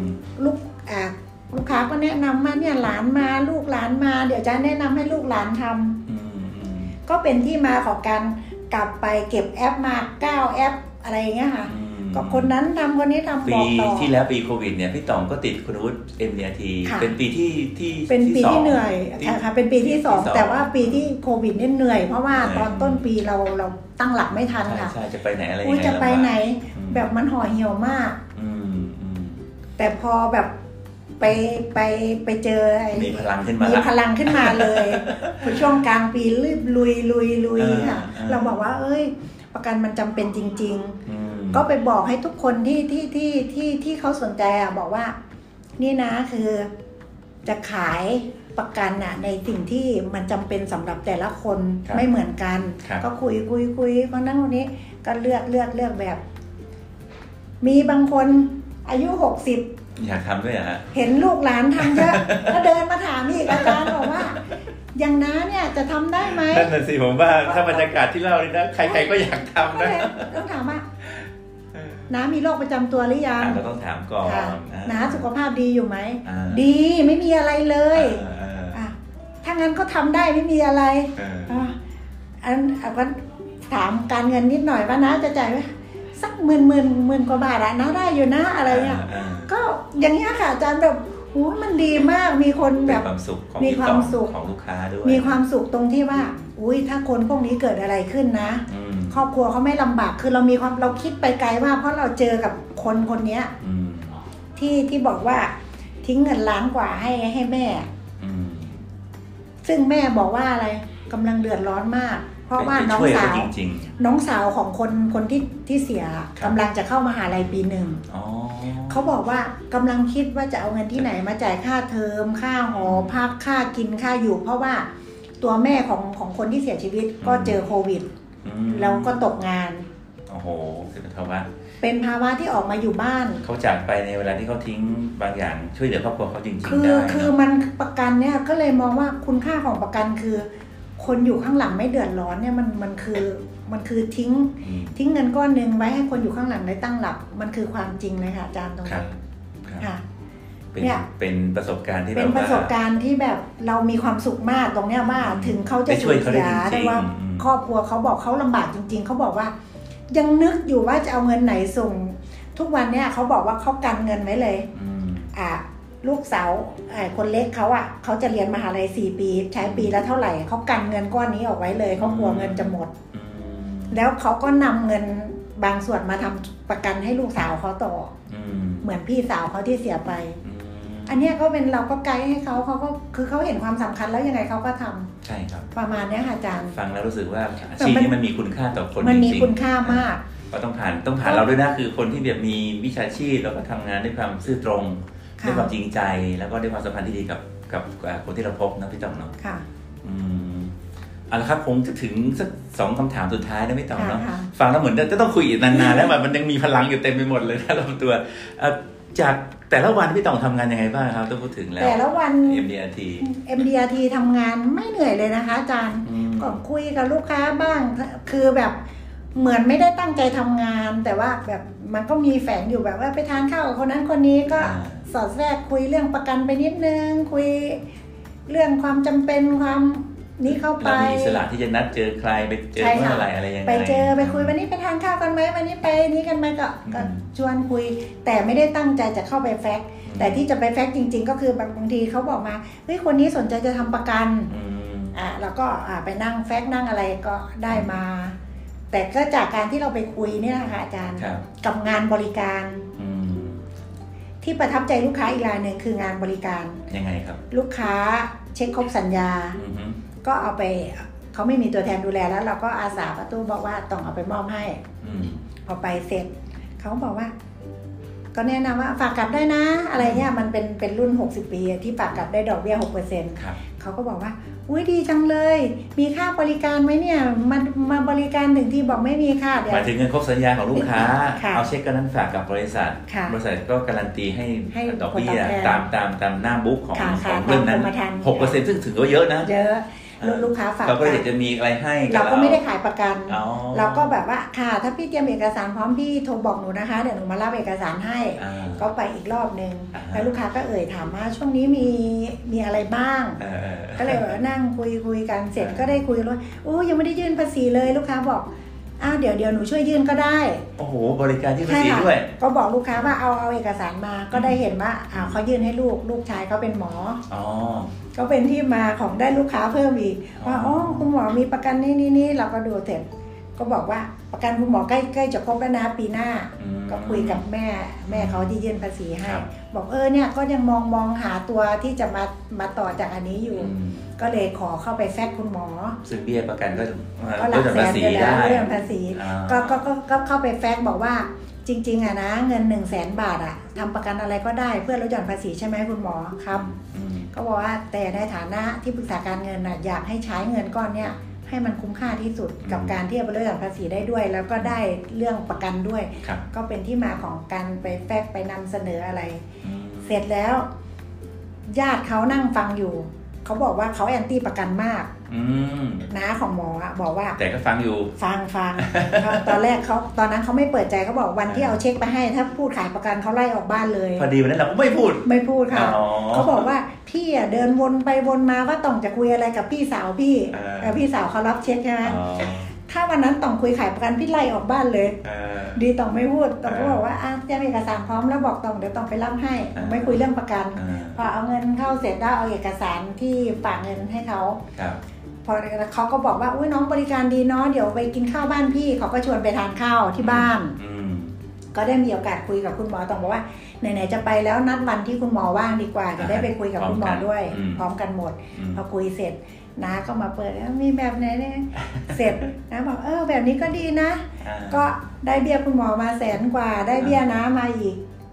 ลูกค้าก็แนะนำมาเนี่ยหลานมาลูกหลานมาเดี๋ยวจะแนะนำให้ลูกหลานทำก็เป็นที่มาของการกลับไปเก็บแอปมา9 แอปอะไรอย่างเงี้ยค่ะก็คนนั้นทำคนนี้ทำบอกต่อที่แล้วปีโควิดเนี่ยพี่ต๋องก็ติดคุณวุฒิ MDRT เป็นปีที่เป็นปีที่เหนื่อยค่ะเป็นปีที่2แต่ว่าปีที่โควิดเนี่ยเหนื่อยเพราะว่าตอนต้นปีเราตั้งหลักไม่ทันค่ะใช่จะไปไหนอะไรยังไงจะไปไหนแบบมันห่อเหี่ยวมากแต่พอแบบไปเจอมีพลังขึ้นมาเลยช่วงกลางปีลุยค่ะเราบอกว่าประกันมันจำเป็นจริงๆก็ไปบอกให้ทุกคนที่เขาสนใจบอกว่านี่นะคือจะขายประกันในสิ่งที่มันจำเป็นสำหรับแต่ละคนไม่เหมือนกันก็คุยคนนั้นคนนี้ก็เลือกแบบมีบางคนอายุ60 อยากทำด้วยฮะเห็นลูกหลานทำเยอะก็เดินมาถามอีกอาจารย์บอกว่าอย่างน้าเนี่ยจะทำได้ไหมนั่นน่ะสิผมว่าถ้าบรรยากาศที่เล่านี่นะใครๆก็อยากทำนะต้องถามว่าน้ามีโรคประจำตัวหรือยังเราต้องถามก่อนน้าสุขภาพดีอยู่ไหมดีไม่มีอะไรเลยถ้างั้นก็ทำได้ไม่มีอะไรอันก็ถามการเงินนิดหน่อยว่าน้าจะจ่ายไหมสักหมื่นกว่าบาทน้าได้อยู่นะอะไรเนี่ยก็อย่างนี้ค่ะอาจารย์แบบโอ้มันดีมากมีคนแบบมีความสุขของลูกค้าด้วยมีความสุขตรงที่ว่าอุ้ยถ้าคนพวกนี้เกิดอะไรขึ้นนะครอบครัวเขาไม่ลำบากคือเรามีความเราคิดไปไกลว่าเพราะเราเจอกับคนนี้ที่บอกว่าทิ้งเงินล้านกว่าให้แม่ซึ่งแม่บอกว่าอะไรกำลังเดือดร้อนมากเพราะว่าน้องสาวของคนที่เสียกำลังจะเข้ามหาลัยปี 1เขาบอกว่ากำลังคิดว่าจะเอาเงินที่ไหนมาจ่ายค่าเทอมค่าหอพักค่ากินค่าอยู่เพราะว่าตัวแม่ของคนที่เสียชีวิตก็เจอโควิดแล้วก็ตกงานโอ้โหเป็นภาวะที่ออกมาอยู่บ้านเขาจากไปในเวลาที่เขาทิ้งบางอย่างช่วยเหลือครอบครัวเขาจริงๆได้คือมันประกันเนี่ยก็เลยมองว่าคุณค่าของประกันคือคนอยู่ข้างหลังไม่เดือดร้อนเนี่ยมันคือทิ้งเงินก้อนนึงไว้ให้คนอยู่ข้างหลังได้ตั้งหลักมันคือความจริงเลยค่ะอาจารย์ตรงนี้ค่ะเนี่ยเป็นประสบการณ์ที่เป็นประสบการณ์ที่แบบเรามีความสุขมากตรงเนี้ยว่าถึงเขาจะสูญเสียแต่ว่าครอบครัวเขาบอกเขาลำบากจริงๆเขาบอกว่ายังนึกอยู่ว่าจะเอาเงินไหนส่งทุกวันเนี่ยเขาบอกว่าเขากันเงินไว้เลยลูกสาวคนเล็กเขาจะเรียนมหาลัย4 ปีใช้ปีละเท่าไหร่เขากันเงินก้อนนี้ออกไว้เลยเขากลัวเงินจะหมดแล้วเขาก็นำเงินบางส่วนมาทำประกันให้ลูกสาวเขาต่อเหมือนพี่สาวเขาที่เสียไปอันนี้ก็เป็นเราก็ไกด์ให้เขาก็คือเขาเห็นความสำคัญแล้วยังไงเขาก็ทำใช่ครับประมาณนี้ค่ะอาจารย์ฟังแล้วรู้สึกว่าอาชีพนี้มันมีคุณค่าต่อคนจริงๆมันมีคุณค่ามากก็ต้องผ่านเราด้วยนะคือคนที่แบบมีวิชาชีพแล้วก็ทำงานด้วยความซื่อตรงด้วยความจริงใจแล้วก็ด้วยความสัมพันธ์ที่ดีกับคนที่เราพบนะพี่ต๋องเนาะเอาละครับคงจะถึงสัก2 คำถามสุดท้ายนะพี่ต่อเนาะฟังแล้วเหมือนจะต้องคุยอีกนานๆแล้วมันยังมีพลังอยู่เต็มไปหมดเลยนะเราตัวจากแต่ละวันพี่ต่องทำงานยังไงบ้างครับต้องพูดถึงแล้วแต่ละวัน MDRT ทำงานไม่เหนื่อยเลยนะคะอาจารย์ก็คุยกับลูกค้าบ้างคือแบบเหมือนไม่ได้ตั้งใจทำงานแต่ว่าแบบมันก็มีแฝงอยู่แบบว่าไปทานข้าวกับคนนั้นคนนี้ก็สอดแทรกคุยเรื่องประกันไปนิดนึงคุยเรื่องความจำเป็นความนี้เข้าไปเรามีอิสระที่จะนัดเจอใครไปเจอเมื่อไหร่อะไรยังไงไปเจอไปคุยวันนี้ไปทานข้าวกันไหมวันนี้ไปนี้กันไหมก็ชวนคุยแต่ไม่ได้ตั้งใจจะเข้าไปแฟกแต่ที่จะไปแฟกจริงๆก็คือบางทีเขาบอกมาเฮ้ยคนนี้สนใจจะทำประกันแล้วก็ไปนั่งแฟกนั่งอะไรก็ได้มาแต่ก็จากการที่เราไปคุยเนี่ยนะคะอาจารย์กับงานบริการที่ประทับใจลูกค้าอีกรายหนึ่งคืองานบริการยังไงครับลูกค้าเช็คครบสัญญาก็เอาไปเขาไม่มีตัวแทนดูแลแล้วเราก็อาสาประตูบอกว่าต้องเอาไปมอบให้พอไปเสร็จเขาบอกว่าก็แนะนำว่าฝากกลับได้นะอะไรเงี้ยมันเป็นรุ่น60 ปีที่ฝากกลับได้ดอกเบี้ย 6% เขาก็บอกว่าอุ้ยดีจังเลยมีค่าบริการไหมเนี่ยมาบริการถึงที่บอกไม่มีค่าหมายถึงเงินครบสัญญาของลูกค้าเอาเช็คกันนั้นฝากกับบริษัทก็การันตีให้ดอกเบี้ยตามหน้าบุ๊กของเรื่องนั้น 6% ซึ่งถือว่าเยอะนะเยอะลูกค้าฝากเราก็อยากจะมีอะไรให้เราก็ไม่ได้ขายประกันเราก็แบบว่าค่ะถ้าพี่เตรียมเอกสารพร้อมพี่โทรบอกหนูนะคะเดี๋ยวหนูมารับเอกสารให้ก็ไปอีกรอบนึงแล้วลูกค้าก็ถามว่าช่วงนี้มีอะไรบ้างก็เลยนั่งคุยกันเสร็จก็ได้คุยกันว่าโอ้ยังไม่ได้ยื่นภาษีเลยลูกค้าบอกเดี๋ยวหนูช่วยยื่นก็ได้โอ้โหบริการที่ภาษีด้วยก็บอกลูกค้าว่าเอาเอกสารมาก็ได้เห็นว่าเขายื่นให้ลูกชายเขาเป็นหมอก็เป็นที่มาของได้ลูกค้าเพิ่มอีกว่าคุณหมอมีประกันนี่เราก็ดูเสร็จก็บอกว่าประกันคุณหมอใกล้จะครบแล้วนะปีหน้าก็คุยกับแม่เขาที่ยื่นภาษีให้บอกเนี่ยก็ยังมองหาตัวที่จะมาต่อจากอันนี้อยู่ก็เลยขอเข้าไปแฟกคุณหมอซึ่งเบี้ยประกันก็หลักแสนอยู่แล้วเรื่องภาษีก็เข้าไปแฟกบอกว่าจริงๆนะเงิน 100,000 บาททำประกันอะไรก็ได้เพื่อลดหย่อนภาษีใช่ไหมคุณหมอครับก็บอกว่าแต่ในฐานะที่ปรึกษาการเงินอยากให้ใช้เงินก้อนเนี้ยให้มันคุ้มค่าที่สุดกับการที่จะไปลดหย่อนภาษีได้ด้วยแล้วก็ได้เรื่องประกันด้วยก็เป็นที่มาของการไปแฟกไปนำเสนออะไรเสร็จแล้วญาติเขานั่งฟังอยู่เขาบอกว่าเขาแอนตี้ประกันมากน้าของหมอบอกว่าแต่ก็ฟังอยู่ฟังตอนแรกตอนนั้นเขาไม่เปิดใจเขาบอกวันที่เอาเช็คไปให้ถ้าพูดขายประกันเขาไล่ออกบ้านเลยพอดีวันนั้นเราไม่พูดค่ะเขาบอกว่าพี่เดินวนไปวนมาว่าต้องจะคุยอะไรกับพี่สาวพี่พี่สาวเขารับเช็คใช่ไหมถ้าวันนั้นต้องคุยขายประกันพี่ไล่ออกบ้านเลยดีต้องไม่พูดต้องก็บอกว่าจะมีเอกสารพร้อมแล้วบอกต้องเดี๋ยวต้องไปรับให้ไม่คุยเรื่องประกันพอเอาเงินเข้าเสร็จแล้วเอาเอกสารที่ฝากเงินให้เขาพอเขาก็บอกว่าอุ้ยน้องบริการดีเนาะเดี๋ยวไปกินข้าวบ้านพี่เขาก็ชวนไปทานข้าวที่บ้านก็ได้มีโอกาสคุยกับคุณหมอต้องบอกว่าไหนๆจะไปแล้วนัดวันที่คุณหมอว่างดีกว่าจะได้ไปคุยกับคุณหมอด้วยพร้อมกันหมดพอคุยเสร็จน้าก็มาเปิดมีแบบไหนเนี่ยเสร็จนะบอกแบบนี้ก็ดีนะก็ได้เบี้ยคุณหมอมา100,000 กว่าได้เบี้ยน้ามาอีก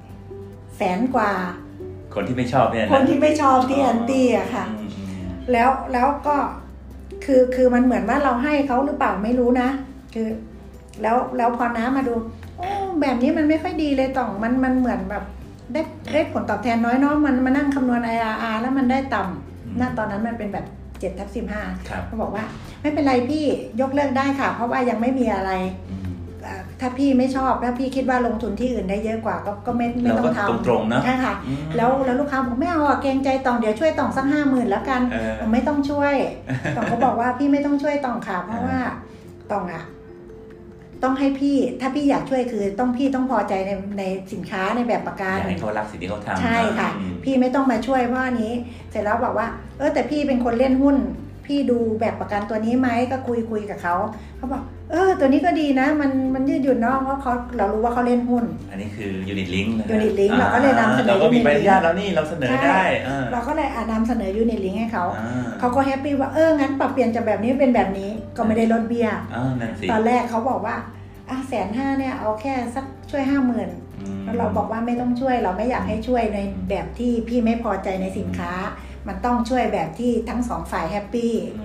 100,000 กว่าคนที่ไม่ชอบเนี่ยคนที่ไม่ชอบที่แอนตี้อะค่ะแล้วก็คือมันเหมือนว่าเราให้เขาหรือเปล่าไม่รู้นะคือแล้วพอน้ามาดูแบบนี้มันไม่ค่อยดีเลยต้องมันเหมือนแบบได้ผลตอบแทนน้อยเนาะมันมานั่งคำนวณ IRR แล้วมันได้ต่ำณตอนนั้นมันเป็นแบบ7/15เขาบอกว่าไม่เป็นไรพี่ยกเลิกได้ค่ะเพราะว่ายังไม่มีอะไรถ้าพี่ไม่ชอบถ้าพี่คิดว่าลงทุนที่อื่นได้เยอะกว่าก็ไม่ต้องทำตรงๆนะใช่ค่ะแล้วลูกค้าบอกไม่เอาเกรงใจตองเดี๋ยวช่วยตองสัก50,000แล้วกันไม่ต้องช่วยตองก็บอกว่าพี่ไม่ต้องช่วยตองค่ะเพราะว่าตองต้องให้พี่ถ้าพี่อยากช่วยคือพี่ต้องพอใจในสินค้าในแบบประกันอยากให้เขารักสิ่งที่เขาทำใช่ค่ะพี่ไม่ต้องมาช่วยเพราะนี้เสร็จแล้วบอกว่าแต่พี่เป็นคนเล่นหุ้นพี่ดูแบบประกันตัวนี้ไหมก็คุยกับเขาบอกตัวนี้ก็ดีนะมันยืดหยุ่นเนาะเพราะเรารู้ว่าเขาเล่นหุ้นอันนี้คือยูนิตลิงก์เราก็เลยนำเสนอเราก็มีใบอนุญาตแล้วนี่เราเสนอได้เราก็เลยนำเสนอยูนิตลิงก์ให้เขาก็แฮปปี้ว่างั้นปรับเปลี่ยนจากแบบนี้เป็นแบบนี้ก็ไม่ได้ลดเบี้ยตอนแรกเขาบอกว่า150,000เนี่ยเอาแค่สักช่วย50,000แล้วเราบอกว่าไม่ต้องช่วยเราไม่อยากให้ช่วยในแบบที่พี่ไม่พอใจในสินค้ามันต้องช่วยแบบที่ทั้ง2ฝ่ายแฮปปี้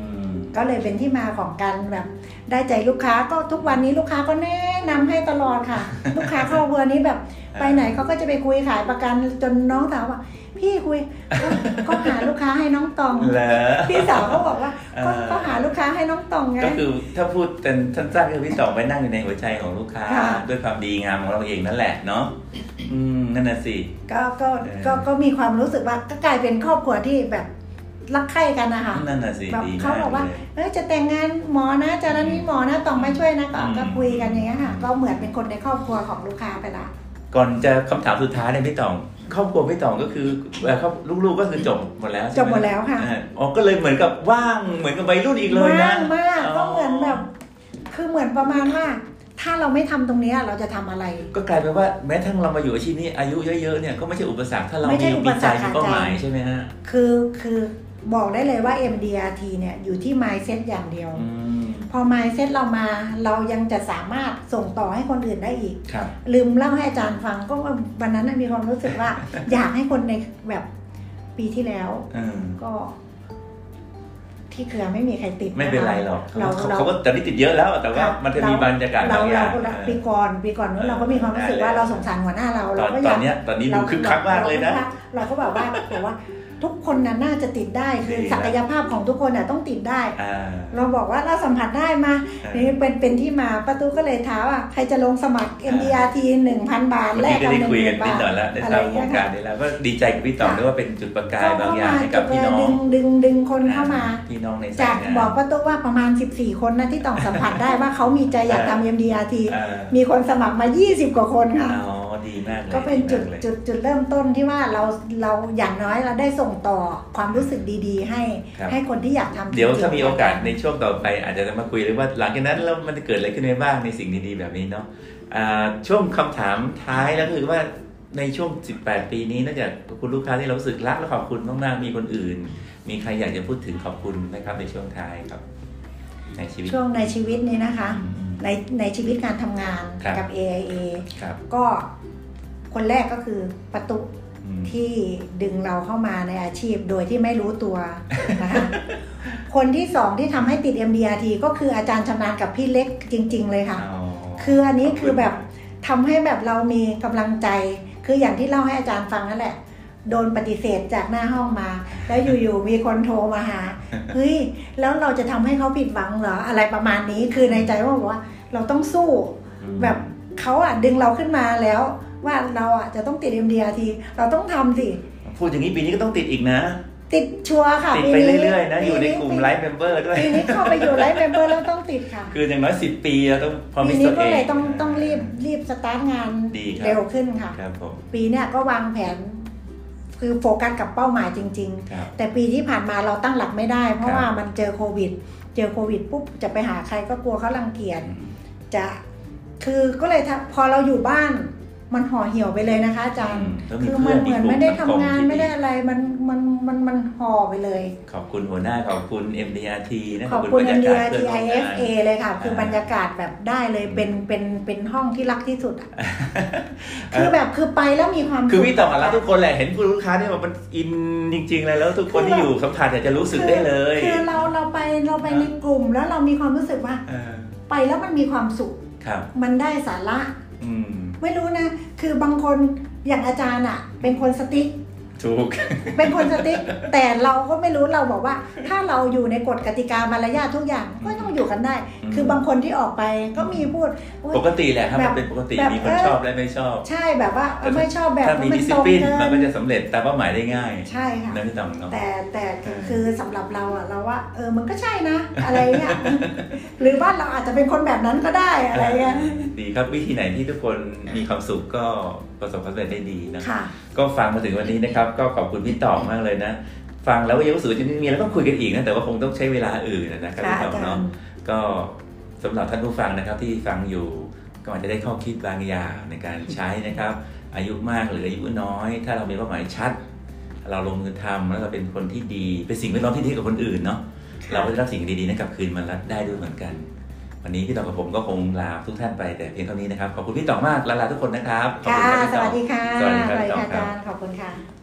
ก็เลยเป็นที่มาของการแบบได้ใจลูกค้าก็ทุกวันนี้ลูกค้าก็แนะนำให้ตลอดค่ะ ลูกค้าครอบครัวนี้แบบไปไหนเขาก็จะไปคุยขายประกันจนน้องสาวว่าพี่คุยก็หาลูกค้าให้น้องตองพี่สาวเขาบอกว่าก็หาลูกค้าให้น้องตองไงก็คือถ้าพูดเป็นสั้นๆคือพี่ตองไปนั่งอยู่ในหัวใจของลูกค้าด้วยความดีงามของเราเองนั่นแหละเนาะนั่นน่ะสิก็มีความรู้สึกว่าก็กลายเป็นครอบครัวที่แบบรักใคร่กันนะคะนั่นน่ะสิดีเขาบอกว่าจะแต่งงานหมอนะจะนั้นนี้หมอนะต้องมาช่วยนะก็คุยกันอย่างเงี้ยค่ะก็เหมือนเป็นคนในครอบครัวของลูกค้าไปละก่อนจะคำถามสุดท้ายเนี่ยพี่ตองครอบครัวพี่ตองก็คือลูกๆก็คือจบหมดแล้วจบหมดแล้วค่ะอ๋อก็เลยเหมือนกับว่างเหมือนกับวัยรุ่นอีกเลยนะว่างมากก็เหมือนแบบคือเหมือนประมาณว่าถ้าเราไม่ทำตรงนี้เราจะททำอะไรก็กลายเป็นว่าแม้ทั้งเรามาอยู่อาชีพนี้อายุเยอะๆเนี่ยก็ไม่ใช่อุปสรรคถ้าเรามีใจมีเป้าหมายใช่ไหมฮะคือบอกได้เลยว่า MDRT เนี่ยอยู่ที่ mindset อย่างเดียวพอ mindset เรามาเรายังจะสามารถส่งต่อให้คนอื่นได้อีกลืมเล่าให้อาจารย์ฟังก็วันนั้นมีความรู้สึกว่า อยากให้คนในแบบปีที่แล้วก็ที่เครือไม่มีใครติดไม่เป็นไรหรอกเขาก็แต่นี่ติดเยอะแล้วแต่ว่ามันจะมีบรรยากาศบางอย่างปีก่อนนู้นเราก็มีความรู้สึกว่าเราสงสารหัวหน้าเราก็อยากตอนนี้ดูคึกคักมากเลยนะเราก็บอกว่าทุกคนน่าจะติดได้คือศักยภาพของทุกคนต้องติดได้เราบอกว่าเราสัมผัสได้มานี่เป็นที่มาประตูก็เลยท้าว่าใครจะลงสมัคร MDRT 1,000 บาทแลกกันได้คุยกันนิดหน่อยแล้วได้ทราบโครงการนี้แล้วก็ดีใจกับพี่ต๋องด้วยว่าเป็นจุดประกายบางอย่างให้กับพี่น้องดึงคนเข้ามาพี่น้องในจากบอกประตูว่าประมาณ14คนนะที่ต้องสัมผัสได้ว่าเขามีใจอยากทำ MDRT มีคนสมัครมา20กว่าคนค่ะดีมากเลยก็เป็นจุดเริ่มต้นที่ว่าเราอย่างน้อยเราได้ส่งต่อความรู้สึกดีๆให้คนที่อยากทำเดี๋ยวถ้ามีโอกาสในช่วงต่อไปอาจจะมาคุยเลยว่าหลังจากนั้นแล้วมันจะเกิดอะไรขึ้นบ้างในสิ่งดีๆแบบนี้เนาะช่วงคำถามท้ายแล้วคือว่าในช่วง18 ปีนี้นอกจากคุณลูกค้าที่เรารู้สึกรักและขอบคุณมากๆมีคนอื่นมีใครอยากจะพูดถึงขอบคุณไหมครับในช่วงท้ายครับในชีวิตช่วงในชีวิตนี้นะคะในชีวิตการทำงานกับ AIA ก็คนแรกก็คือประตูที่ดึงเราเข้ามาในอาชีพโดยที่ไม่รู้ตัวนะคะคนที่สองที่ทำให้ติด MDRT ก็คืออาจารย์ชำนาญกับพี่เล็กจริงๆเลยค่ะคืออันนี้คือแบบทำให้แบบเรามีกำลังใจคืออย่างที่เล่าให้อาจารย์ฟังนั่นแหละโดนปฏิเสธจากหน้าห้องมาแล้วอยู่ๆมีคนโทรมาหาเฮ้ยแล้วเราจะทำให้เขาผิดหวังเหรออะไรประมาณนี้คือในใจว่าบอกว่าเราต้องสู้แบบเขาดึงเราขึ้นมาแล้วว่าเราจะต้องติด MDRT เราต้องทำสิพูดอย่างนี้ปีนี้ก็ต้องติดอีกนะติดชัวร์ค่ะติดไปเรื่อยๆนะอยู่ในกลุ่มไลฟ์เมมเบอร์ด้วยปีนี้เข้าไปอยู่ไลฟ์เมมเบอร์แล้วต้องติดค่ะคืออย่างน้อย10 ปีเราต้องพอมีตัวเองปีนี้ก็เลยต้องรีบสตาร์ทงานเร็วขึ้นค่ะปีเนี้ยก็วางแผนคือโฟกัสกับเป้าหมายจริงๆแต่ปีที่ผ่านมาเราตั้งหลักไม่ได้เพราะว่ามันเจอโควิดปุ๊บจะไปหาใครก็กลัวเขารังเกียจจะคือก็เลยพอเราอยู่บ้านมันห่อเหี่ยวไปเลยนะคะอาจารย์คือมันเหมือนไม่ได้ทำงานไม่ได้อะไรมันห่อไปเลยขอบคุณหัวหน้าขอบคุณ MDRT นะขอบคุณ MDRT IFA เลยค่ะคือบรรยากาศแบบได้เลยเป็นห้องที่รักที่สุดคือแบบคือไปแล้วมีความคือพี่ต่อมาแล้วทุกคนแหละเห็นผู้ลูกค้าเนี่ยมันอินจริงๆเลยแล้วทุกคนที่อยู่สัมผัสจะรู้สึกได้เลยคือเราไปในกลุ่มแล้วเรามีความรู้สึกว่าไปแล้วมันมีความสุขมันได้สาระไม่รู้นะคือบางคนอย่างอาจารย์เป็นคนสติ๊กถูกเป็นคนสติ๊กแต่เราก็ไม่รู้เราบอกว่าถ้าเราอยู่ในกฎกติกามารยาททุกอย่างก็ต้องอยู่กันได้คือบางคนที่ออกไปก็มีพูดปกติแหละครับมันเป็นปกติมีคนชอบและไม่ชอบใช่แบบว่าไม่ชอบแบบถ้ามีดิสซิปลินมันก็จะสำเร็จแต่เป้าหมายได้ง่ายใช่ค่ะนั่นที่ต้องเนาะแต่คือสำหรับเราเราว่ามันก็ใช่นะอะไรเงี้ยหรือว่าเราอาจจะเป็นคนแบบนั้นก็ได้อะไรเงี้ยดีครับวิธีไหนที่ทุกคนมีความสุขก็ประสบความสำเร็จได้ดีนะก็ฟังมาถึงวันนี้นะครับก็ขอบคุณพี่ต่อมากเลยนะฟังแล้วก็ยังรู้สึกจะมีแล้วต้องคุยกันอีกนะแต่ว่าคงต้องใช้เวลาอื่นนะครับพี่ต่อเนาะก็สำหรับท่านผู้ฟังนะครับที่ฟังอยู่ก็อาจจะได้ข้อคิดบางอย่างในการใช้นะครับอายุมากหรืออายุน้อยถ้าเรามีเป้าหมายชัดเราลงมือทำแล้วเราเป็นคนที่ดีเป็นสิ่งแวดล้อมที่ดีกับคนอื่นเนาะเราก็จะรับสิ่งดีๆนั้นกลับคืนมาได้ด้วยเหมือนกันวันนี้พี่ต่อกับผมก็คงลาทุกท่านไปแต่เพียงเท่านี้นะครับขอบคุณพี่ต่อมากลาทุกคนนะครับค่ะสวัสดีค่ะสวัสดีค่ะอาจารย์ขอบคุณค่ะ